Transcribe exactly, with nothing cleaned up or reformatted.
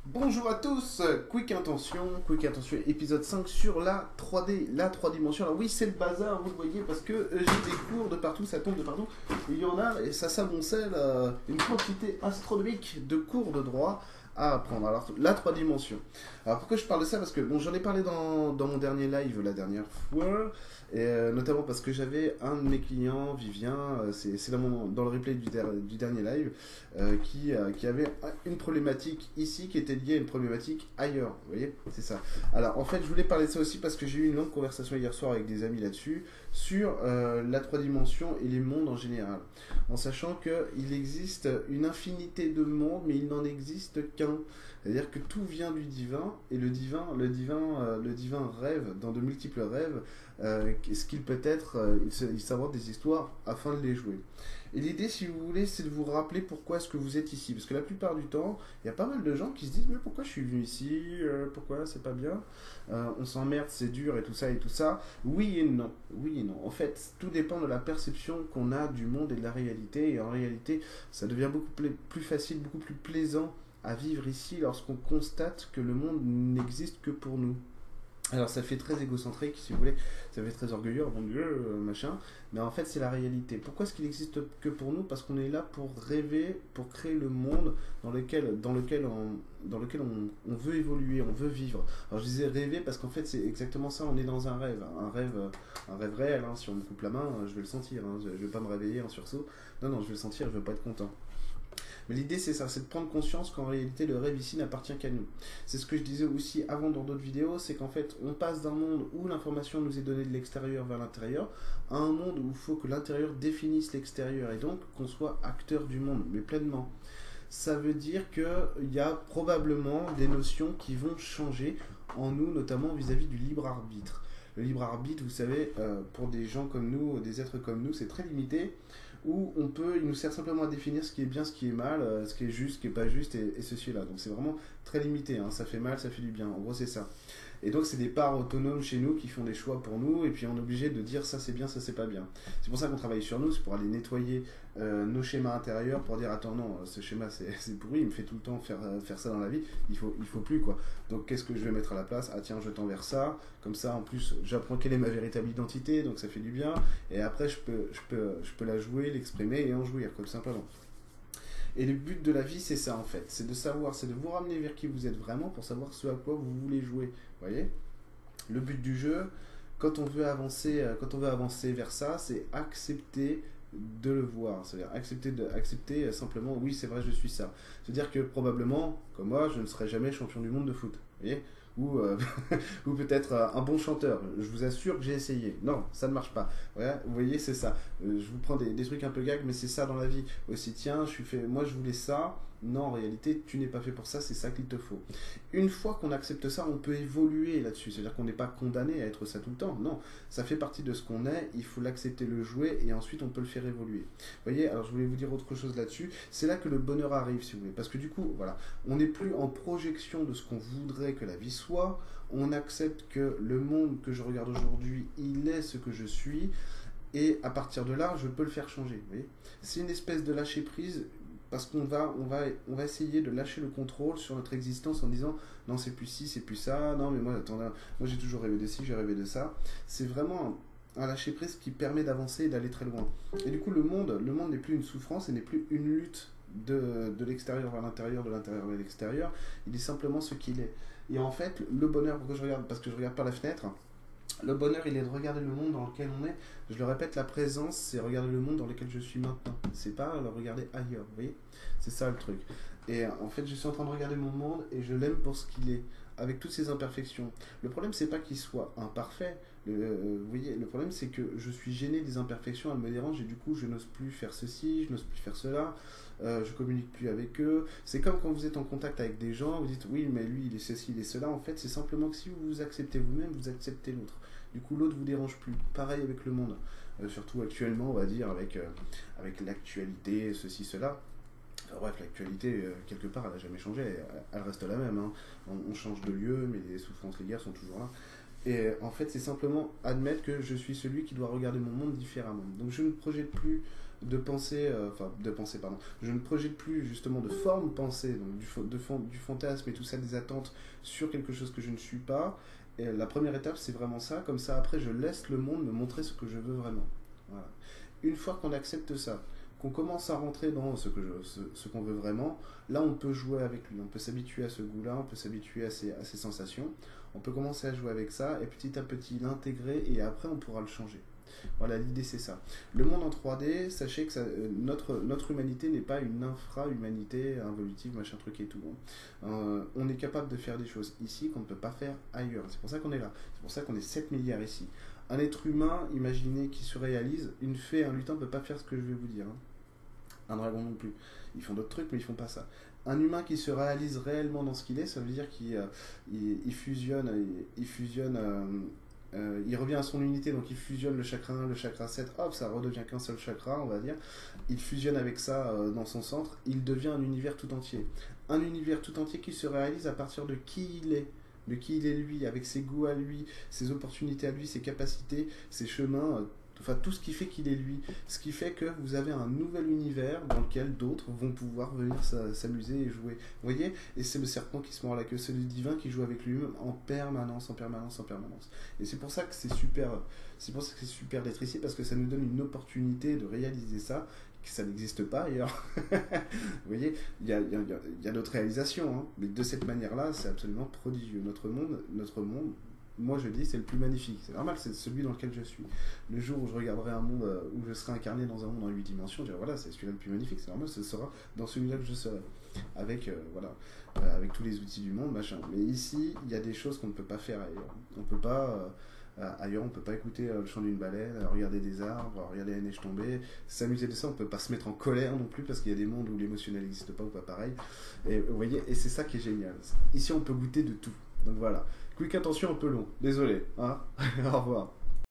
Bonjour à tous, Quick Intention, Quick Intention épisode cinq sur la trois D, la trois dimensions. Alors oui, c'est le bazar, vous le voyez, parce que euh, j'ai des cours de partout, ça tombe de partout. Il y en a, et ça s'amoncelle euh, une quantité astronomique de cours de droit à apprendre. Alors, la trois dimensions. Alors, pourquoi je parle de ça? Parce que, bon, j'en ai parlé dans, dans mon dernier live la dernière fois, et, euh, notamment parce que j'avais un de mes clients, Vivien, euh, c'est c'est dans, mon- dans le replay du, der- du dernier live, euh, qui, euh, qui avait une problématique ici qui était liée à une problématique ailleurs. Vous voyez, c'est ça. Alors, en fait, je voulais parler de ça aussi parce que j'ai eu une longue conversation hier soir avec des amis là-dessus, sur euh, la trois dimensions et les mondes en général. En sachant qu'il existe une infinité de mondes, mais il n'en existe qu'un. C'est-à-dire que tout vient du divin, et le divin, le divin, euh, le divin rêve dans de multiples rêves, euh, ce qu'il peut être, euh, il se- il s'invente des histoires afin de les jouer. Et l'idée, si vous voulez, c'est de vous rappeler pourquoi est-ce que vous êtes ici. Parce que la plupart du temps, il y a pas mal de gens qui se disent, mais pourquoi je suis venu ici? Euh, pourquoi c'est pas bien? Euh, on s'emmerde, c'est dur et tout ça et tout ça. Oui et non. Oui et non. En fait, tout dépend de la perception qu'on a du monde et de la réalité. Et en réalité, ça devient beaucoup pla- plus facile, beaucoup plus plaisant à vivre ici lorsqu'on constate que le monde n'existe que pour nous. Alors ça fait très égocentrique, si vous voulez, ça fait très orgueilleux, oh mon Dieu, euh, machin, mais en fait c'est la réalité. Pourquoi est-ce qu'il existe que pour nous? Parce qu'on est là pour rêver, pour créer le monde dans lequel, dans lequel, on, dans lequel on, on veut évoluer, on veut vivre. Alors je disais rêver parce qu'en fait c'est exactement ça, on est dans un rêve, un rêve, euh, un rêve réel, hein. Si on me coupe la main, euh, je vais le sentir, hein. Je, je vais pas me réveiller en sursaut, non, non, je vais le sentir, je vais pas être content. Mais l'idée c'est ça, c'est de prendre conscience qu'en réalité le rêve ici n'appartient qu'à nous. C'est ce que je disais aussi avant dans d'autres vidéos, c'est qu'en fait on passe d'un monde où l'information nous est donnée de l'extérieur vers l'intérieur, à un monde où il faut que l'intérieur définisse l'extérieur et donc qu'on soit acteur du monde, mais pleinement. Ça veut dire qu'il y a probablement des notions qui vont changer en nous, notamment vis-à-vis du libre arbitre. Le libre arbitre, vous savez, euh, pour des gens comme nous, des êtres comme nous, c'est très limité, où on peut, il nous sert simplement à définir ce qui est bien, ce qui est mal, euh, ce qui est juste, ce qui est pas juste, et, et ceci et là. Donc c'est vraiment très limité, hein. Ça fait mal, ça fait du bien. En gros, c'est ça. Et donc c'est des parts autonomes chez nous qui font des choix pour nous, et puis on est obligé de dire ça c'est bien, ça c'est pas bien. C'est pour ça qu'on travaille sur nous, c'est pour aller nettoyer euh, nos schémas intérieurs, pour dire attends non, ce schéma c'est c'est pourri, il me fait tout le temps faire, euh, faire ça dans la vie, il faut, il faut plus quoi. Donc qu'est-ce que je vais mettre à la place? Ah tiens, je tends vers ça, comme ça en plus j'apprends quelle est ma véritable identité, donc ça fait du bien, et après je peux, je peux, je peux la jouer, l'exprimer et en jouir, comme simplement. Et le but de la vie, c'est ça en fait. C'est de savoir, c'est de vous ramener vers qui vous êtes vraiment pour savoir ce à quoi vous voulez jouer. Vous voyez? Le but du jeu, quand on veut avancer, euh, quand on veut avancer vers ça, c'est accepter de le voir. C'est-à-dire accepter, de, accepter euh, simplement, oui, c'est vrai, je suis ça. C'est-à-dire que probablement, comme moi, je ne serai jamais champion du monde de foot. Vous voyez? Ou, euh, ou peut-être euh, un bon chanteur. Je vous assure que j'ai essayé. Non, ça ne marche pas. Ouais, vous voyez, c'est ça. Euh, je vous prends des, des trucs un peu gags, mais c'est ça dans la vie aussi. Tiens, je suis fait, moi je voulais ça. Non, en réalité, tu n'es pas fait pour ça, c'est ça qu'il te faut. Une fois qu'on accepte ça, on peut évoluer là-dessus. C'est-à-dire qu'on n'est pas condamné à être ça tout le temps. Non, ça fait partie de ce qu'on est, il faut l'accepter, le jouer, et ensuite on peut le faire évoluer. Vous voyez, alors je voulais vous dire autre chose là-dessus. C'est là que le bonheur arrive, si vous voulez. Parce que du coup, voilà, on n'est plus en projection de ce qu'on voudrait que la vie soit. On accepte que le monde que je regarde aujourd'hui, il est ce que je suis. Et à partir de là, je peux le faire changer. Vous voyez, c'est une espèce de lâcher prise parce qu'on va, on va, on va essayer de lâcher le contrôle sur notre existence en disant non, c'est plus ci, c'est plus ça, non, mais moi, attendez, moi j'ai toujours rêvé de ci, j'ai rêvé de ça. C'est vraiment un lâcher prise qui permet d'avancer et d'aller très loin. Et du coup, le monde, le monde n'est plus une souffrance et n'est plus une lutte de, de l'extérieur vers l'intérieur, de l'intérieur vers l'extérieur. Il est simplement ce qu'il est. Et en fait, le bonheur, pourquoi je regarde? Parce que je regarde par la fenêtre. Le bonheur, il est de regarder le monde dans lequel on est. Je le répète, la présence, c'est regarder le monde dans lequel je suis maintenant. C'est pas le regarder ailleurs, vous voyez? C'est ça le truc. Et en fait, je suis en train de regarder mon monde et je l'aime pour ce qu'il est, avec toutes ses imperfections. Le problème, c'est pas qu'il soit imparfait. Le, euh, vous voyez, le problème, c'est que je suis gêné des imperfections, elles me dérangent et du coup, je n'ose plus faire ceci, je n'ose plus faire cela. Euh, je communique plus avec eux. C'est comme quand vous êtes en contact avec des gens, vous dites oui, mais lui, il est ceci, il est cela. En fait, c'est simplement que si vous vous acceptez vous-même, vous acceptez l'autre. Du coup, l'autre vous dérange plus. Pareil avec le monde. Euh, surtout actuellement, on va dire, avec, euh, avec l'actualité, ceci, cela. Enfin, bref, l'actualité, euh, quelque part, elle n'a jamais changé. Elle, elle reste la même, hein. On, on change de lieu, mais les souffrances, les guerres sont toujours là. Et euh, en fait, c'est simplement admettre que je suis celui qui doit regarder mon monde différemment. Donc je ne projette plus de pensée, euh, enfin de pensée, pardon, je ne projette plus justement de forme pensée, donc du, fa- de fan- du fantasme et tout ça, des attentes sur quelque chose que je ne suis pas. Et la première étape, c'est vraiment ça. Comme ça, après, je laisse le monde me montrer ce que je veux vraiment. Voilà. Une fois qu'on accepte ça, qu'on commence à rentrer dans ce que je, ce, ce qu'on veut vraiment, là, on peut jouer avec lui. On peut s'habituer à ce goût-là, on peut s'habituer à ces, à ces sensations. On peut commencer à jouer avec ça et petit à petit l'intégrer et après, on pourra le changer. Voilà, l'idée c'est ça. Le monde en trois D, sachez que ça, euh, notre, notre humanité n'est pas une infra-humanité involutive, machin truc et tout. Hein. Euh, on est capable de faire des choses ici qu'on ne peut pas faire ailleurs. C'est pour ça qu'on est là. C'est pour ça qu'on est sept milliards ici. Un être humain, imaginez, qui se réalise, une fée, un lutin ne peut pas faire ce que je vais vous dire. Hein. Un dragon non plus. Ils font d'autres trucs, mais ils font pas ça. Un humain qui se réalise réellement dans ce qu'il est, ça veut dire qu'il euh, il, il fusionne, il, il fusionne euh, euh, il revient à son unité, donc il fusionne le chakra un, le chakra sept, hop, ça redevient qu'un seul chakra, on va dire. Il fusionne avec ça euh, dans son centre, il devient un univers tout entier. Un univers tout entier qui se réalise à partir de qui il est, de qui il est lui, avec ses goûts à lui, ses opportunités à lui, ses capacités, ses chemins, euh, enfin tout ce qui fait qu'il est lui, ce qui fait que vous avez un nouvel univers dans lequel d'autres vont pouvoir venir s'amuser et jouer. Vous voyez? Et c'est le serpent qui se mord la queue, c'est le divin qui joue avec lui-même en permanence, en permanence, en permanence. Et c'est pour ça que c'est super, c'est pour ça que c'est super d'être ici, parce que ça nous donne une opportunité de réaliser ça, que ça n'existe pas ailleurs. Vous voyez, il y a, y a, y a d'autres réalisations, hein, mais de cette manière-là, c'est absolument prodigieux. Notre monde, notre monde, moi je dis c'est le plus magnifique, c'est normal, c'est celui dans lequel je suis. Le jour où je regarderai un monde, euh, où je serai incarné dans un monde en huit dimensions, je dirais voilà, c'est celui-là le plus magnifique, c'est normal, ce sera dans celui-là que je serai, avec, euh, voilà, euh, avec tous les outils du monde, machin. Mais ici, il y a des choses qu'on ne peut pas faire ailleurs. On peut pas, euh, ailleurs, on peut pas écouter euh, le chant d'une baleine, euh, regarder des arbres, regarder la neige tomber, s'amuser de ça, on peut pas se mettre en colère non plus, parce qu'il y a des mondes où l'émotionnel n'existe pas ou pas pareil. Et vous voyez, et c'est ça qui est génial. Ici, on peut goûter de tout. Donc voilà. Quick, attention, un peu long. Désolé. Hein. Au revoir.